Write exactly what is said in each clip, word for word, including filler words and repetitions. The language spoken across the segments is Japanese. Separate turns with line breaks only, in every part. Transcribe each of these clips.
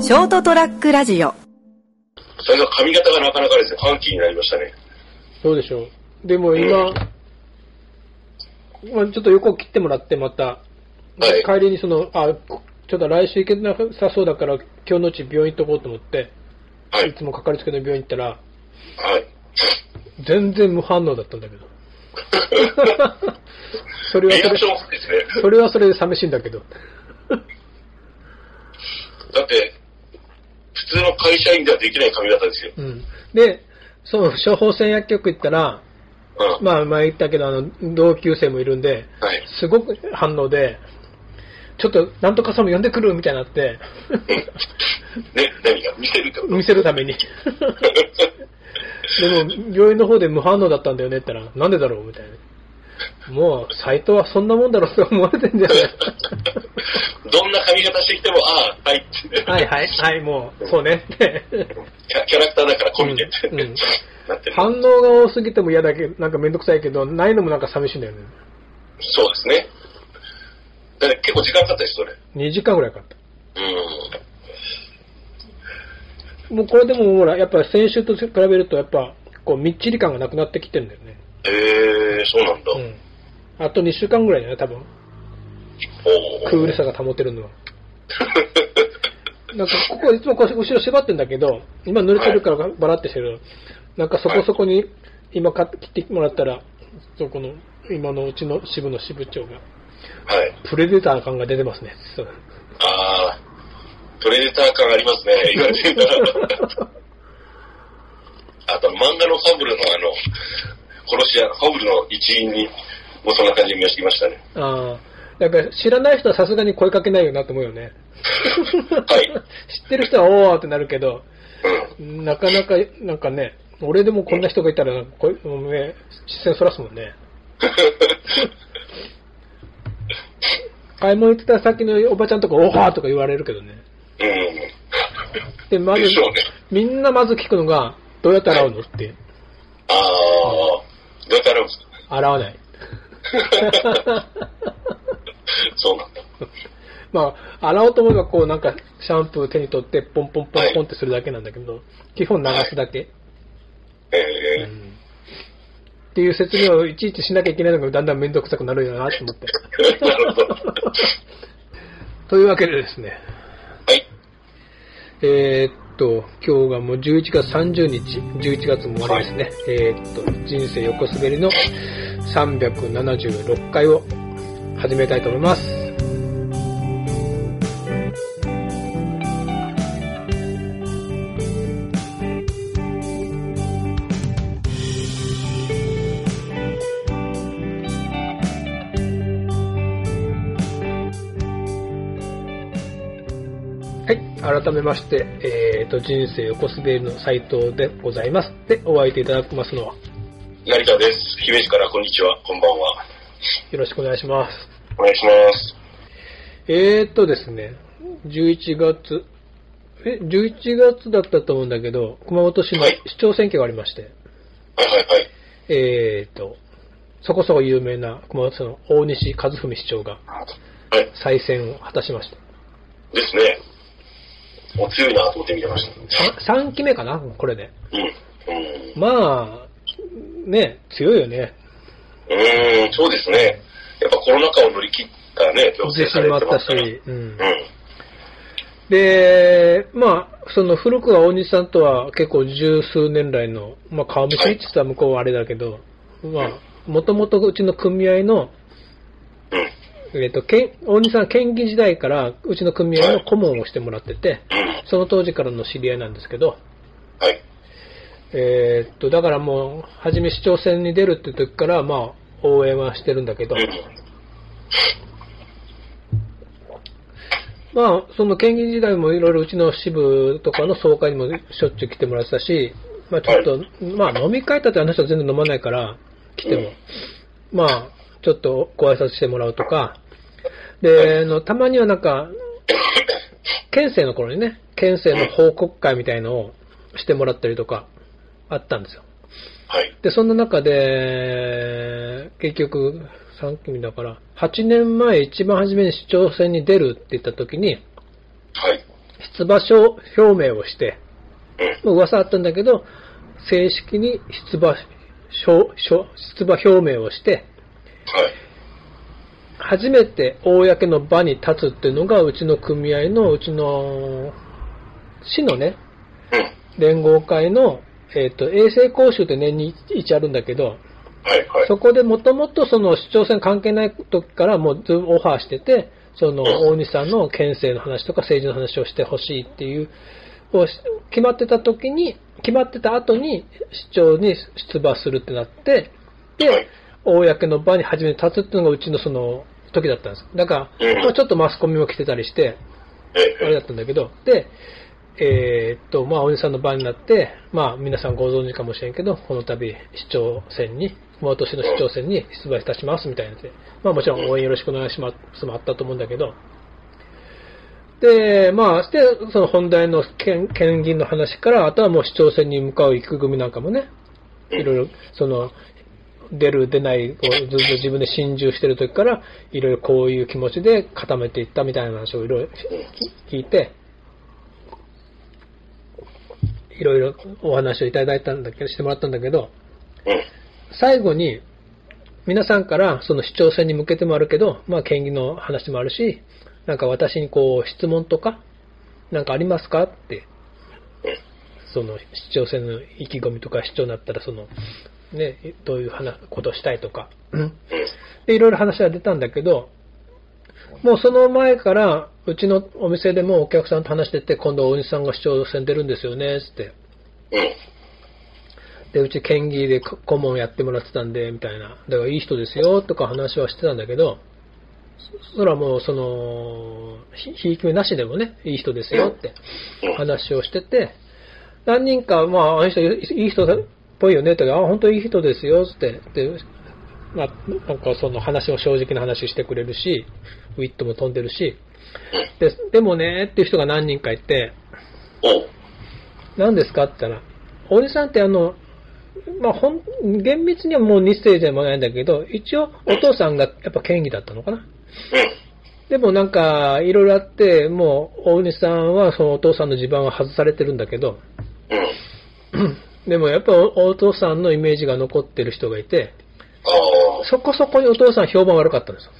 ショートトラックラジオ。
それが髪型がなかなかですね、ファンキーになりましたね。
そうでしょう。でも今、うん、まあ、ちょっと横切ってもらってまた、はい、帰りにその、あ、ちょっと来週行けなさそうだから今日のうち病院行っとこうと思って、はい、いつもかかりつけの病院行ったら、はい、全然無反応だったんだけど。それはそれ、それはそれで寂しいんだけど。
だって、普通の会社員ではできない髪型ですよ。
うん。で、その処方箋薬局行ったら、うん、まあ前言ったけど、あの、同級生もいるんで、はい、すごく反応で、ちょっと、なんとかさんも呼んでくるみたいになって。
ね、何が見せるってこと？
見せるために。でも、病院の方で無反応だったんだよねって言ったら、なんでだろうみたいな。もう、サイトはそんなもんだろうって思われてんじゃない？
どんな髪型してきても、ああ、はいって。
はいはい、はい、もう、そうねって。
キャ, キャラクターだから込みでって、うんうん、
反応が多すぎても嫌だけど、なんかめんどくさいけど、ないのもなんか寂しいんだよね。
そうですね。だって結構時間かかったです、それ。
にじかんぐらいかかった。うん。もうこれでもほら、やっぱ先週と比べると、やっぱ、こう、みっちり感がなくなってきてるんだよね。
へえー、そうなんだ。うん。
あとにしゅうかんぐらいだね、多分。クールさが保てるのは。なんか、ここいつもこう後ろ縛ってんだけど、今濡れてるからバラってしてる。はい、なんかそこそこに、今買ってきてもらったら、そこの、今のうちの支部の支部長が、はい。プレデター感が出てますね。
ああ、プレデター感ありますね。言われてみたら。あと、漫画のファブルのあの、殺し屋、ファブルの一員に、もうそんな感じに見ましたね。
ああ。なんか知らない人はさすがに声かけないよなと思うよね。はい。知ってる人はおーってなるけど、うん、なかなか、なんかね、俺でもこんな人がいたら、こう視線そらすもんね。買い物行ってた先のおばちゃんとかおはーとか言われるけどね。うん。で、まず、ね、みんなまず聞くのが、どうやって洗うのって。
ああ、どうやって洗うんですか？
洗わない。
そうなんだ。
まあ、洗おうと思えばこうなんかシャンプー手に取ってポンポンポンポンってするだけなんだけど、はい、基本流すだけ、はい、えーうん。っていう説明をいちいちしなきゃいけないのがだんだんめんどくさくなるよなと思って。なるほど。というわけでですね。はい。えー、っと、今日がもうじゅういちがつさんじゅうにち、じゅういちがつも終わりですね。はい、えー、っと、人生横滑りのさんびゃくななじゅうろっかいを始めたいと思います。はい、改めまして、えーと、人生横滑りの斉藤でございます。で、お相手いただきますのは
成田です。姫路からこんにちは、こんばんは。
よろしくお願いします。
お願いします。
えーっとですね、じゅういちがつ、え、じゅういちがつだったと思うんだけど、熊本市の市長選挙がありまして、
はいはいはい。
えーっと、そこそこ有名な熊本市の大西和文市長が再選を果たしました。
ですね。もう強いなと思って見てました。
さんきめかな、これで。
うん。うん、
まあ、ね、強いよね。
うーん、そうですね。やっぱコロナ禍を乗り切ったね、
自信もあったし、うん。うん、で、まあ、その古くは大西さんとは結構十数年来の、まあ顔見知りって言ったら向こうはあれだけど、はい、まあ、もともとうちの組合の、うん、えっと、大西さんは県議時代からうちの組合の顧問をしてもらってて、はい、その当時からの知り合いなんですけど、はい。えー、っと、だからもう、はじめ市長選に出るって時から、まあ、応援はしてるんだけど、うん、まあ、その県議時代もいろいろうちの支部とかの総会にもしょっちゅう来てもらってたし、まあちょっと、はい、まあ飲み会だってあの人は全然飲まないから来ても、うん、まあちょっとご挨拶してもらうとか、で、のたまにはなんか、県政の頃にね、県政の報告会みたいのをしてもらったりとかあったんですよ。はい。で、そんな中で、結局、さんきみだから、はちねんまえ一番初めに市長選に出るって言った時に、はい。 出馬表明をして、うん、噂あったんだけど、正式に出馬、出馬表明をして、はい、初めて公の場に立つっていうのが、うちの組合の、うちの市のね、うん、連合会の、えっと、衛生講習って年に一あるんだけど、はいはい、そこでもともとその市長選関係ない時からもうずっとオファーしてて、その大西さんの県政の話とか政治の話をしてほしいっていう、決まってた時に、決まってた後に市長に出馬するってなって、で、はい、公の場に初めて立つっていうのがうちのその時だったんです。だから、まあ、ちょっとマスコミも来てたりして、あれだったんだけど、で、えー、っと、まあ、大西さんの場になって、まあ、皆さんご存知かもしれんけど、この度市長選に、今年の市長選に出馬いたしますみたいなやつで、まあもちろん応援よろしくお願いしますもあったと思うんだけど、で、まあ、で、その本題の県、県議の話から、あとはもう市長選に向かう行く組なんかもね、いろいろ、その、出る出ないをずっと自分で心中してる時から、いろいろこういう気持ちで固めていったみたいな話をいろいろ聞いて、いろいろお話をいただいたんだけど、してもらったんだけど、最後に、皆さんからその市長選に向けてもあるけど、まあ県議の話もあるし、なんか私にこう質問とか、なんかありますかって、その市長選の意気込みとか、市長になったらその、ね、どういう話ことをしたいとか、で、いろいろ話が出たんだけど、もうその前から、うちのお店でもお客さんと話してて、今度大西さんが市長選出るんですよね、つって。で、うち県議で顧問やってもらってたんで、みたいな。だからいい人ですよ、とか話はしてたんだけど、それはもうその、ひいき目なしでもね、いい人ですよって話をしてて、何人か、まあ、あの人いい人っぽいよね、って、あ、本当いい人ですよ、って。で、まあ、なんかその話も正直な話してくれるし、ウィットも飛んでるし、で、でもね、っていう人が何人かいて、何ですかって言ったら、大西さんってあの、まあ、ほん、厳密にはもう日世でもないんだけど、一応お父さんがやっぱ県議だったのかな。でもなんか、いろいろあって、もう大西さんはそのお父さんの地盤は外されてるんだけど、でもやっぱお父さんのイメージが残ってる人がいて、そこそこにお父さん評判悪かったんですよ。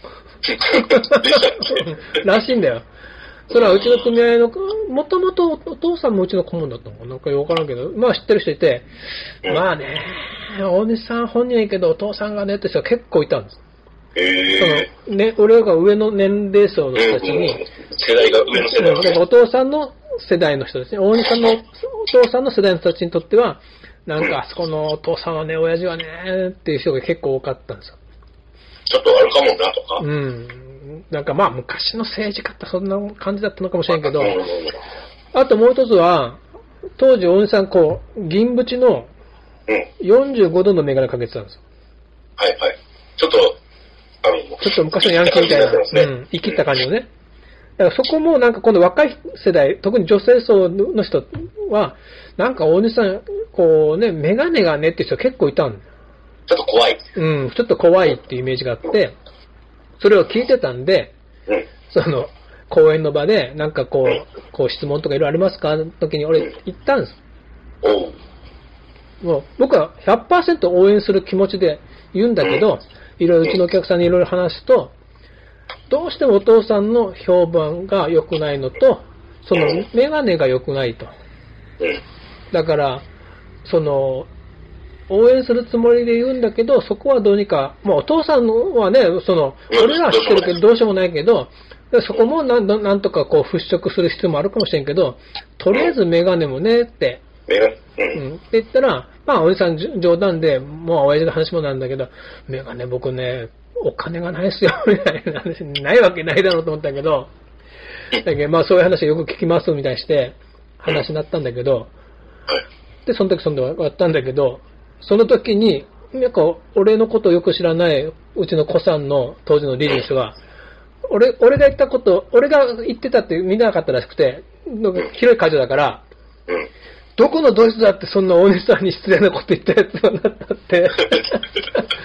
らしいんだよ。それはうちの組合の、もともとお父さんもうちの顧問だったのかなんかよくわからんけど、まあ知ってる人いて、まあね、大西さん本人はいいけどお父さんがねって人が結構いたんです。えー、そのね、俺が上の年齢層の人たちに、うんうん、
世代が上の世代、
ね、お父さんの世代の人ですね。大西さんのお父さんの世代の人たちにとっては、なんかあそこのお父さんはね、親父はねっていう人が結構多かったんですよ。
ちょっと悪かもんなとか。
うん。なんかまあ昔の政治家ってそんな感じだったのかもしれんけど、あともう一つは、当時大西さんこう、銀縁のよんじゅうごどのメガネかけてたんですよ。
はいはい。ちょっと、あの、
ちょっと昔のヤンキーみたいな、ね、うん、生きった感じのね。だからそこもなんか今度若い世代、特に女性層の人は、なんか大西さん、こうね、メガネがねっていう人結構いたんだよ。
ちょっと怖い。
うん、ちょっと怖いっていうイメージがあって、それを聞いてたんで、うん、その、講演の場で、なんかこう、うん、こう質問とかいろいろありますかの時に俺言ったんです。うん、もう僕は ひゃくパーセント 応援する気持ちで言うんだけど、いろいろうちのお客さんにいろいろ話すと、どうしてもお父さんの評判が良くないのと、そのメガネが良くないと。だから、その、応援するつもりで言うんだけど、そこはどうにか、もうお父さんはね、その、俺らは知ってるけどどうしようもないけど、そこもなんなんとかこう払拭する必要もあるかもしれんけど、とりあえずメガネもねって、うん、って言ったら、まあおじさん冗談で、もう親父の話もなんだけど、メガネ僕ね、お金がないっすよ、みたいな話、ないわけないだろうと思ったけど、だけどまあそういう話よく聞きますみたいにして、話になったんだけど、で、その時そんで終わったんだけど、その時に、なんか俺のことをよく知らないうちの子さんの当時の理事の人が、俺、俺が言ったこと、俺が言ってたって見なかったらしくて、広い会場だから、どこのドイツだってそんな大西さんに失礼なこと言ったやつになったって、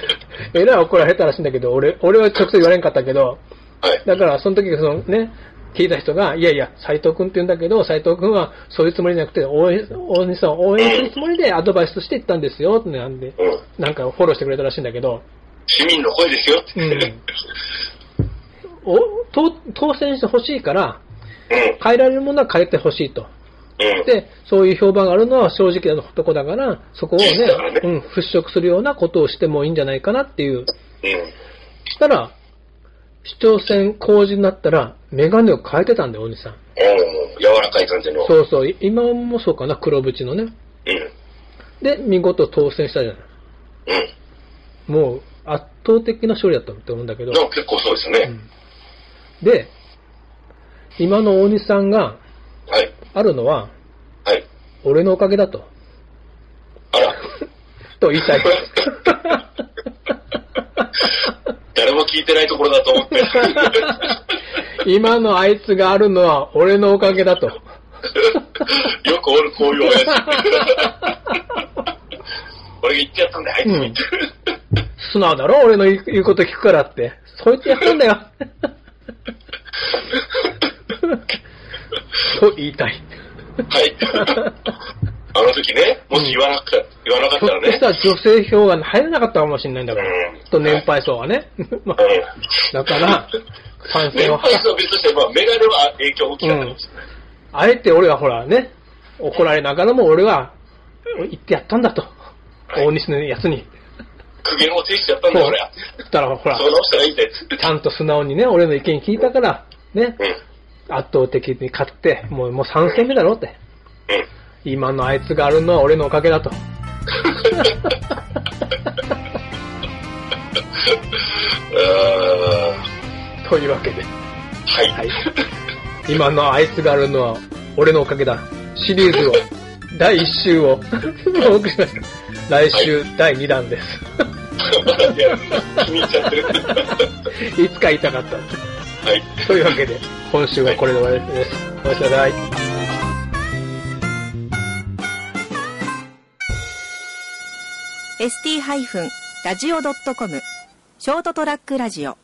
えらい怒られたらしいんだけど、俺、俺は直接言われんかったけど、だからその時そのね、 聞いた人が、いやいや、斎藤君って言うんだけど、斎藤君はそういうつもりじゃなくて、応援、大西さんを応援するつもりでアドバイスとして言ったんですよ、ってなんで、うん、なんかフォローしてくれたらしいんだけど。
市民の声ですよって。
うん、お当当選してほしいから、うん、変えられるものは変えてほしいと。うん、で、そういう評判があるのは正直なとこだから、そこをね、ねうん、払拭するようなことをしてもいいんじゃないかなっていう。うん、したら、市長選公示になったら、メガネを変えてたんだよ、大西さん。うん、
柔らかい感じの。
そうそう、今もそうかな、黒縁のね。うん。で、見事当選したじゃない。うん。もう、圧倒的な勝利だったと思うんだけど。
結構そうですよね、
うん。で、今の大西さんが、
はい。
あるのは、
はい。
俺のおかげだと。
あら。
と言いたい。
誰も聞いてないところだと思って。
今のあいつがあるのは俺のおかげだと。
よくおる、こういう親父。俺が言ってやったんだよ、あいつに。うん、
素直だろ、俺の言うこと聞くからって。そう言ってやったんだよ。と言いたい。
はい。あの時ね、もし言わなかった、うん、言わなかったらね。
そしたら女性票が入らなかったかもしれないんだから。うん、と年配層はね。まあ、だから、賛成を。
年配層は別として、まあ、メガネは影響大きかったかもしれない。
あえて俺はほらね、怒られながらも俺は言ってやったんだと。はい、大西のやつに。
苦言を呈してやったんだよ、俺は。
そしたらほら、
そう直したらいいんだよ。
ちゃんと素直にね、俺の意見聞いたから、ね、うん、圧倒的に勝って、もう、もうさん戦目だろって。うん、今のあいつがあるのは俺のおかげだと。というわけで。
はい。はい、
今のあいつがあるのは俺のおかげだ。シリーズを、だいいっ週をお送りしました。来週だいにだんです。
いや、気に入っちゃってる。
いつか言いたかった。
はい。
というわけで、今週はこれで終わりです。おやすみなさい。
エスティー ラジオ ドットコム ショートトラックラジオ